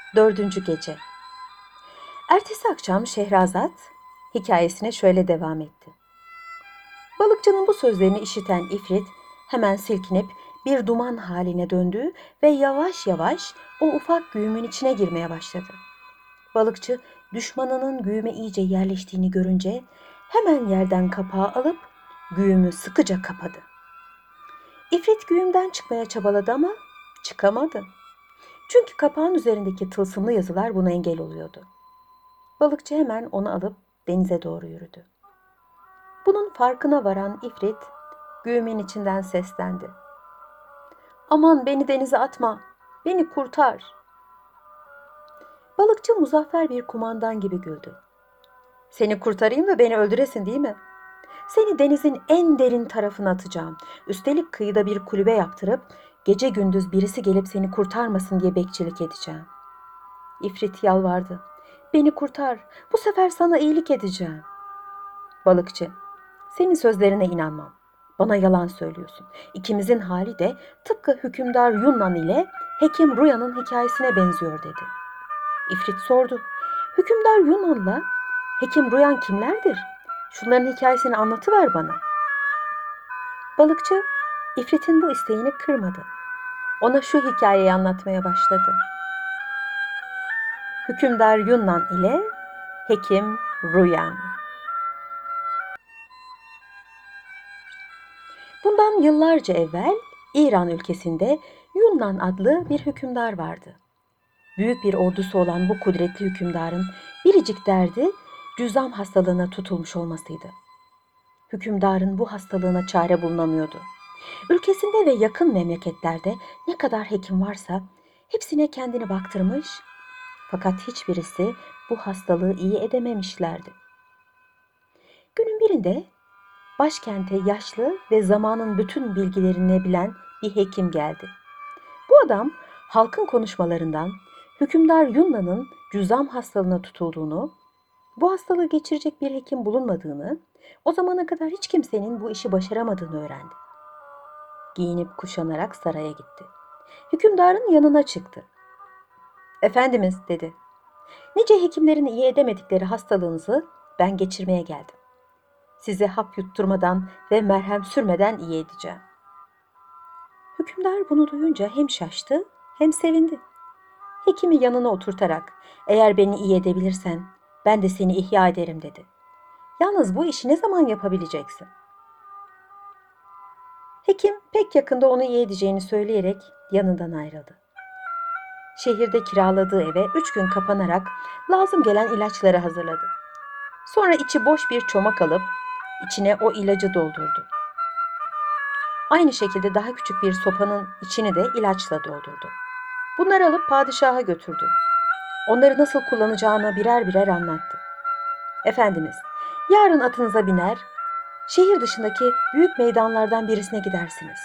Dördüncü gece. Ertesi akşam Şehrazat hikayesine şöyle devam etti. Balıkçının bu sözlerini işiten İfrit hemen silkinip bir duman haline döndü ve yavaş yavaş o ufak güğümün içine girmeye başladı. Balıkçı düşmanının güğüme iyice yerleştiğini görünce hemen yerden kapağı alıp güğümü sıkıca kapadı. İfrit güğümden çıkmaya çabaladı ama çıkamadı. Çünkü kapağın üzerindeki tılsımlı yazılar buna engel oluyordu. Balıkçı hemen onu alıp denize doğru yürüdü. Bunun farkına varan İfrit güğümün içinden seslendi. "Aman beni denize atma, beni kurtar." Balıkçı muzaffer bir kumandan gibi güldü. "Seni kurtarayım da beni öldüresin değil mi? Seni denizin en derin tarafına atacağım. Üstelik kıyıda bir kulübe yaptırıp gece gündüz birisi gelip seni kurtarmasın diye bekçilik edeceğim." İfrit yalvardı. "Beni kurtar, bu sefer sana iyilik edeceğim." Balıkçı, "Senin sözlerine inanmam. Bana yalan söylüyorsun. İkimizin hali de tıpkı hükümdar Yunnan ile Hekim Ruya'nın hikayesine benziyor," dedi. İfrit sordu. "Hükümdar Yunan'la Hekim Ruyan kimlerdir? Şunların hikayesini anlatıver bana." Balıkçı, İfrit'in bu isteğini kırmadı. Ona şu hikayeyi anlatmaya başladı. Hükümdar Yunnan ile Hekim Ruyan. Bundan yıllarca evvel İran ülkesinde Yunnan adlı bir hükümdar vardı. Büyük bir ordusu olan bu kudretli hükümdarın biricik derdi cüzzam hastalığına tutulmuş olmasıydı. Hükümdarın bu hastalığına çare bulunamıyordu. Ülkesinde ve yakın memleketlerde ne kadar hekim varsa hepsine kendini baktırmış, fakat hiçbirisi bu hastalığı iyi edememişlerdi. Günün birinde başkente yaşlı ve zamanın bütün bilgilerini bilen bir hekim geldi. Bu adam halkın konuşmalarından hükümdar Yunna'nın cüzzam hastalığına tutulduğunu, bu hastalığı geçirecek bir hekim bulunmadığını, o zamana kadar hiç kimsenin bu işi başaramadığını öğrendi. Giyinip kuşanarak saraya gitti. Hükümdarın yanına çıktı. "Efendimiz," dedi, "nice hekimlerin iyi edemedikleri hastalığınızı ben geçirmeye geldim. Size hap yutturmadan ve merhem sürmeden iyi edeceğim." Hükümdar bunu duyunca hem şaştı hem sevindi. Hekimi yanına oturtarak, "Eğer beni iyi edebilirsen ben de seni ihya ederim," dedi. "Yalnız bu işi ne zaman yapabileceksin?" Hekim pek yakında onu iyi edeceğini söyleyerek yanından ayrıldı. Şehirde kiraladığı eve 3 gün kapanarak lazım gelen ilaçları hazırladı. Sonra içi boş bir çomak alıp içine o ilacı doldurdu. Aynı şekilde daha küçük bir sopanın içini de ilaçla doldurdu. Bunları alıp padişaha götürdü. Onları nasıl kullanacağını birer birer anlattı. "Efendimiz, yarın atınıza biner, şehir dışındaki büyük meydanlardan birisine gidersiniz.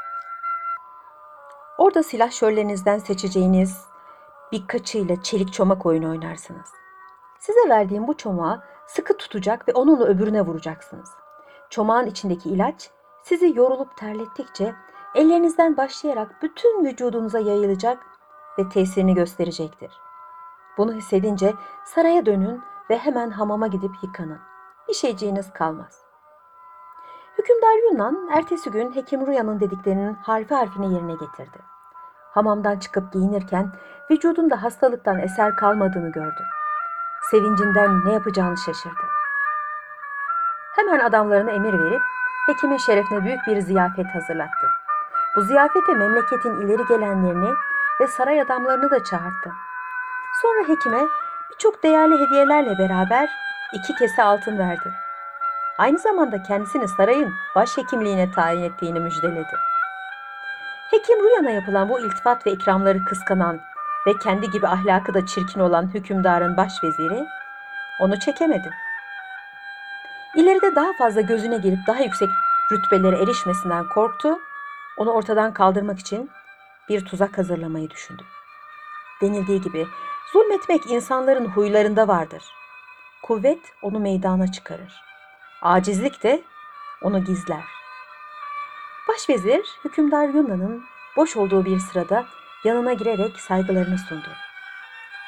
Orada silahşörlerinizden seçeceğiniz birkaçıyla çelik çomak oyunu oynarsınız. Size verdiğim bu çomağı sıkı tutacak ve onunla öbürüne vuracaksınız. Çomağın içindeki ilaç sizi yorulup terlettikçe ellerinizden başlayarak bütün vücudunuza yayılacak ve tesirini gösterecektir. Bunu hissedince saraya dönün ve hemen hamama gidip yıkanın. Bir şeyciğiniz kalmaz." Hükümdar Yunan ertesi gün Hekim Ruya'nın dediklerinin harfi harfine yerine getirdi. Hamamdan çıkıp giyinirken vücudunda hastalıktan eser kalmadığını gördü. Sevincinden ne yapacağını şaşırdı. Hemen adamlarına emir verip hekimin şerefine büyük bir ziyafet hazırlattı. Bu ziyafete memleketin ileri gelenlerini ve saray adamlarını da çağırdı. Sonra hekime birçok değerli hediyelerle beraber 2 kese altın verdi. Aynı zamanda kendisini sarayın başhekimliğine tayin ettiğini müjdeledi. Hekim Ruyan'a yapılan bu iltifat ve ikramları kıskanan ve kendi gibi ahlakı da çirkin olan hükümdarın başveziri onu çekemedi. İleride daha fazla gözüne girip daha yüksek rütbelere erişmesinden korktu. Onu ortadan kaldırmak için bir tuzak hazırlamayı düşündü. Denildiği gibi zulmetmek insanların huylarında vardır. Kuvvet onu meydana çıkarır. Acizlik de onu gizler. Başvezir hükümdar Yunan'ın boş olduğu bir sırada yanına girerek saygılarını sundu.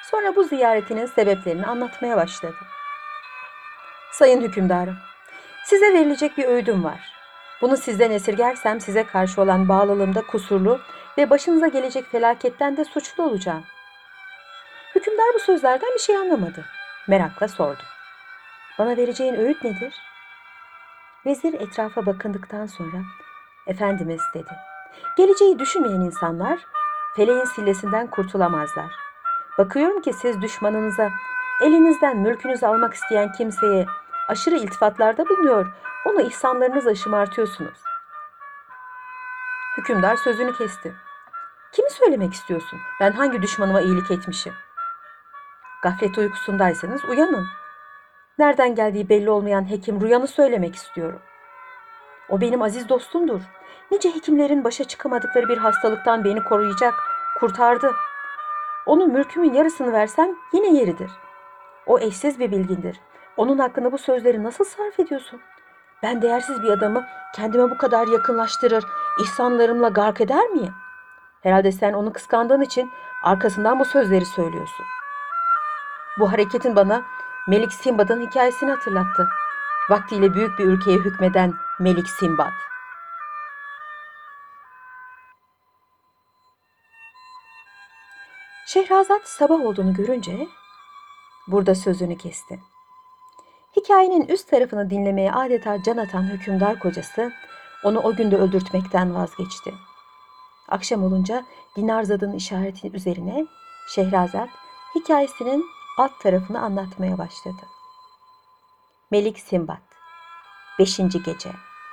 Sonra bu ziyaretinin sebeplerini anlatmaya başladı. Sayın hükümdarım, size verilecek bir öğüdüm var. Bunu sizden esirgersem size karşı olan bağlılığımda kusurlu ve başınıza gelecek felaketten de suçlu olacağım. Hükümdar bu sözlerden bir şey anlamadı. Merakla sordu. Bana vereceğin öğüt nedir? Vezir etrafa bakındıktan sonra, Efendimiz dedi. Geleceği düşünmeyen insanlar feleğin sillesinden kurtulamazlar. Bakıyorum ki siz düşmanınıza, elinizden mülkünüzü almak isteyen kimseye aşırı iltifatlarda bulunuyor, onu ihsanlarınızla şımartıyorsunuz. Hükümdar sözünü kesti. Kimi söylemek istiyorsun? Ben hangi düşmanıma iyilik etmişim? Gaflet uykusundaysanız uyanın. Nereden geldiği belli olmayan hekim Rüyan'ı söylemek istiyorum. O benim aziz dostumdur. Nice hekimlerin başa çıkamadıkları bir hastalıktan beni koruyacak, kurtardı. Onun mülkümün yarısını versem yine yeridir. O eşsiz bir bilgindir. Onun hakkında bu sözleri nasıl sarf ediyorsun? Ben değersiz bir adamı kendime bu kadar yakınlaştırır, ihsanlarımla gark eder miyim? Herhalde sen onu kıskandığın için arkasından bu sözleri söylüyorsun. Bu hareketin bana Melik Simbad'ın hikayesini hatırlattı. Vaktiyle büyük bir ülkeye hükmeden Melik Simbad. Şehrazat sabah olduğunu görünce burada sözünü kesti. Hikayenin üst tarafını dinlemeye adeta can atan hükümdar kocası onu o günde öldürtmekten vazgeçti. Akşam olunca Dinarzada'nın işareti üzerine Şehrazat hikayesinin alt tarafını anlatmaya başladı. Melik Simbad 5. Gece.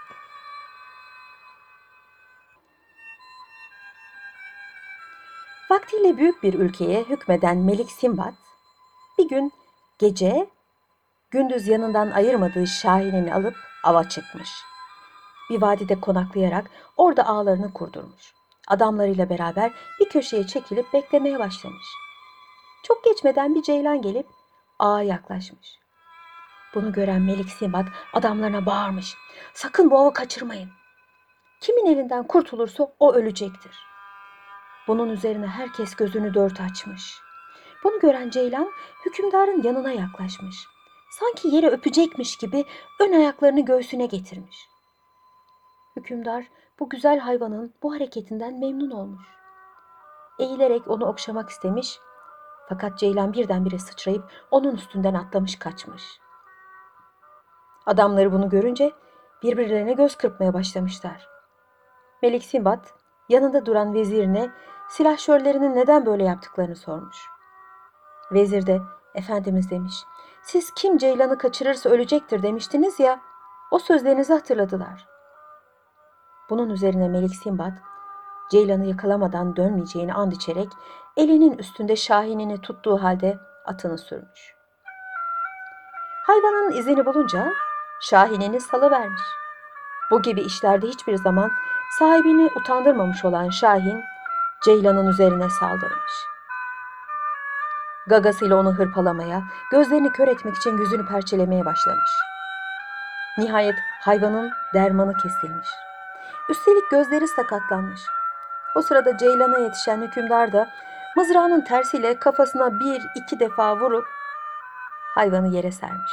Vaktiyle büyük bir ülkeye hükmeden Melik Simbad bir gün gece gündüz yanından ayırmadığı şahinini alıp ava çıkmış. Bir vadide konaklayarak orada ağlarını kurdurmuş. Adamlarıyla beraber bir köşeye çekilip beklemeye başlamış. Çok geçmeden bir ceylan gelip ağa yaklaşmış. Bunu gören Melik Simbad adamlarına bağırmış. Sakın bu avı kaçırmayın. Kimin elinden kurtulursa o ölecektir. Bunun üzerine herkes gözünü dört açmış. Bunu gören ceylan hükümdarın yanına yaklaşmış. Sanki yere öpecekmiş gibi ön ayaklarını göğsüne getirmiş. Hükümdar bu güzel hayvanın bu hareketinden memnun olmuş. Eğilerek onu okşamak istemiş fakat ceylan birdenbire sıçrayıp onun üstünden atlamış kaçmış. Adamları bunu görünce birbirlerine göz kırpmaya başlamışlar. Melik Simbad yanında duran vezirine silahşörlerinin neden böyle yaptıklarını sormuş. Vezir de Efendimiz demiş, siz kim ceylanı kaçırırsa ölecektir demiştiniz ya, o sözlerinizi hatırladılar. Bunun üzerine Melik Simbad ceylanı yakalamadan dönmeyeceğini and içerek elinin üstünde şahinini tuttuğu halde atını sürmüş. Hayvanın izini bulunca şahinini salıvermiş. Bu gibi işlerde hiçbir zaman sahibini utandırmamış olan şahin ceylanın üzerine saldırmış. Gagasıyla onu hırpalamaya, gözlerini kör etmek için yüzünü perçelemeye başlamış. Nihayet hayvanın dermanı kesilmiş. Üstelik gözleri sakatlanmış. O sırada ceylana yetişen hükümdar da mızrağının tersiyle kafasına 1-2 defa vurup hayvanı yere sermiş.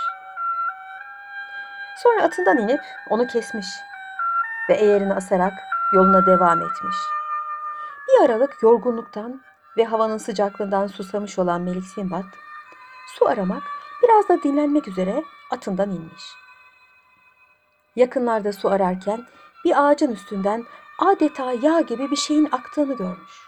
Sonra atından inip onu kesmiş ve eğerini asarak yoluna devam etmiş. Bir aralık yorgunluktan ve havanın sıcaklığından susamış olan Melik Simbad, su aramak, biraz da dinlenmek üzere atından inmiş. Yakınlarda su ararken bir ağacın üstünden adeta yağ gibi bir şeyin aktığını görmüş.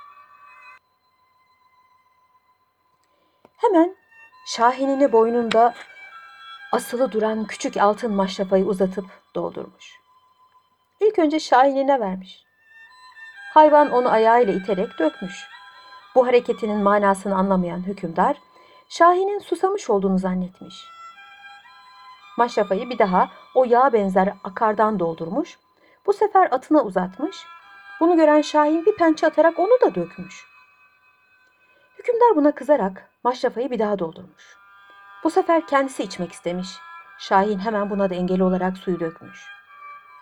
Hemen şahinini boynunda asılı duran küçük altın maşrafayı uzatıp doldurmuş. İlk önce şahinine vermiş. Hayvan onu ayağıyla iterek dökmüş. Bu hareketinin manasını anlamayan hükümdar, şahinin susamış olduğunu zannetmiş. Maşrafayı bir daha o yağa benzer akardan doldurmuş, bu sefer atına uzatmış, bunu gören şahin bir pençe atarak onu da dökmüş. Hükümdar buna kızarak maşrafayı bir daha doldurmuş. Bu sefer kendisi içmek istemiş. Şahin hemen buna da engel olarak suyu dökmüş.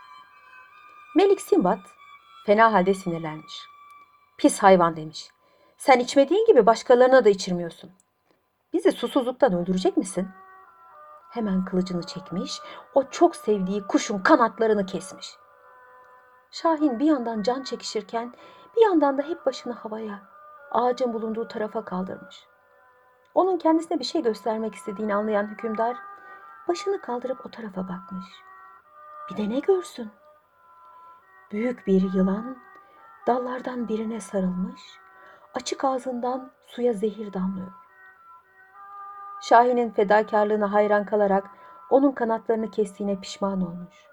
Melik Simbad fena halde sinirlenmiş. Pis hayvan demiş. Sen içmediğin gibi başkalarına da içirmiyorsun. Bizi susuzluktan öldürecek misin? Hemen kılıcını çekmiş, o çok sevdiği kuşun kanatlarını kesmiş. Şahin bir yandan can çekişirken bir yandan da hep başını havaya, ağacın bulunduğu tarafa kaldırmış. Onun kendisine bir şey göstermek istediğini anlayan hükümdar başını kaldırıp o tarafa bakmış. Bir de ne görsün? Büyük bir yılan dallardan birine sarılmış, açık ağzından suya zehir damlıyor. Şahin'in fedakarlığına hayran kalarak onun kanatlarını kestiğine pişman olmuş.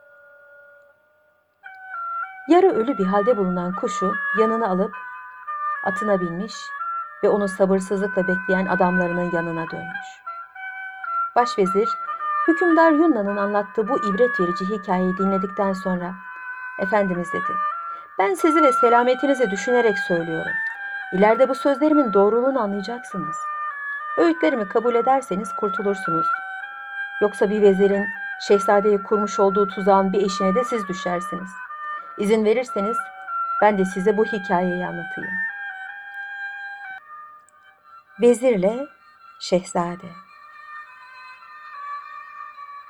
Yarı ölü bir halde bulunan kuşu yanına alıp atına binmiş ve onu sabırsızlıkla bekleyen adamlarının yanına dönmüş. Başvezir, hükümdar Yunna'nın anlattığı bu ibret verici hikayeyi dinledikten sonra, "Efendimiz," dedi, "ben sizi ve selametinizi düşünerek söylüyorum. İleride bu sözlerimin doğruluğunu anlayacaksınız. Öğütlerimi kabul ederseniz kurtulursunuz. Yoksa bir vezirin şehzadeyi kurmuş olduğu tuzağın bir eşine de siz düşersiniz. İzin verirseniz ben de size bu hikayeyi anlatayım." Vezirle Şehzade.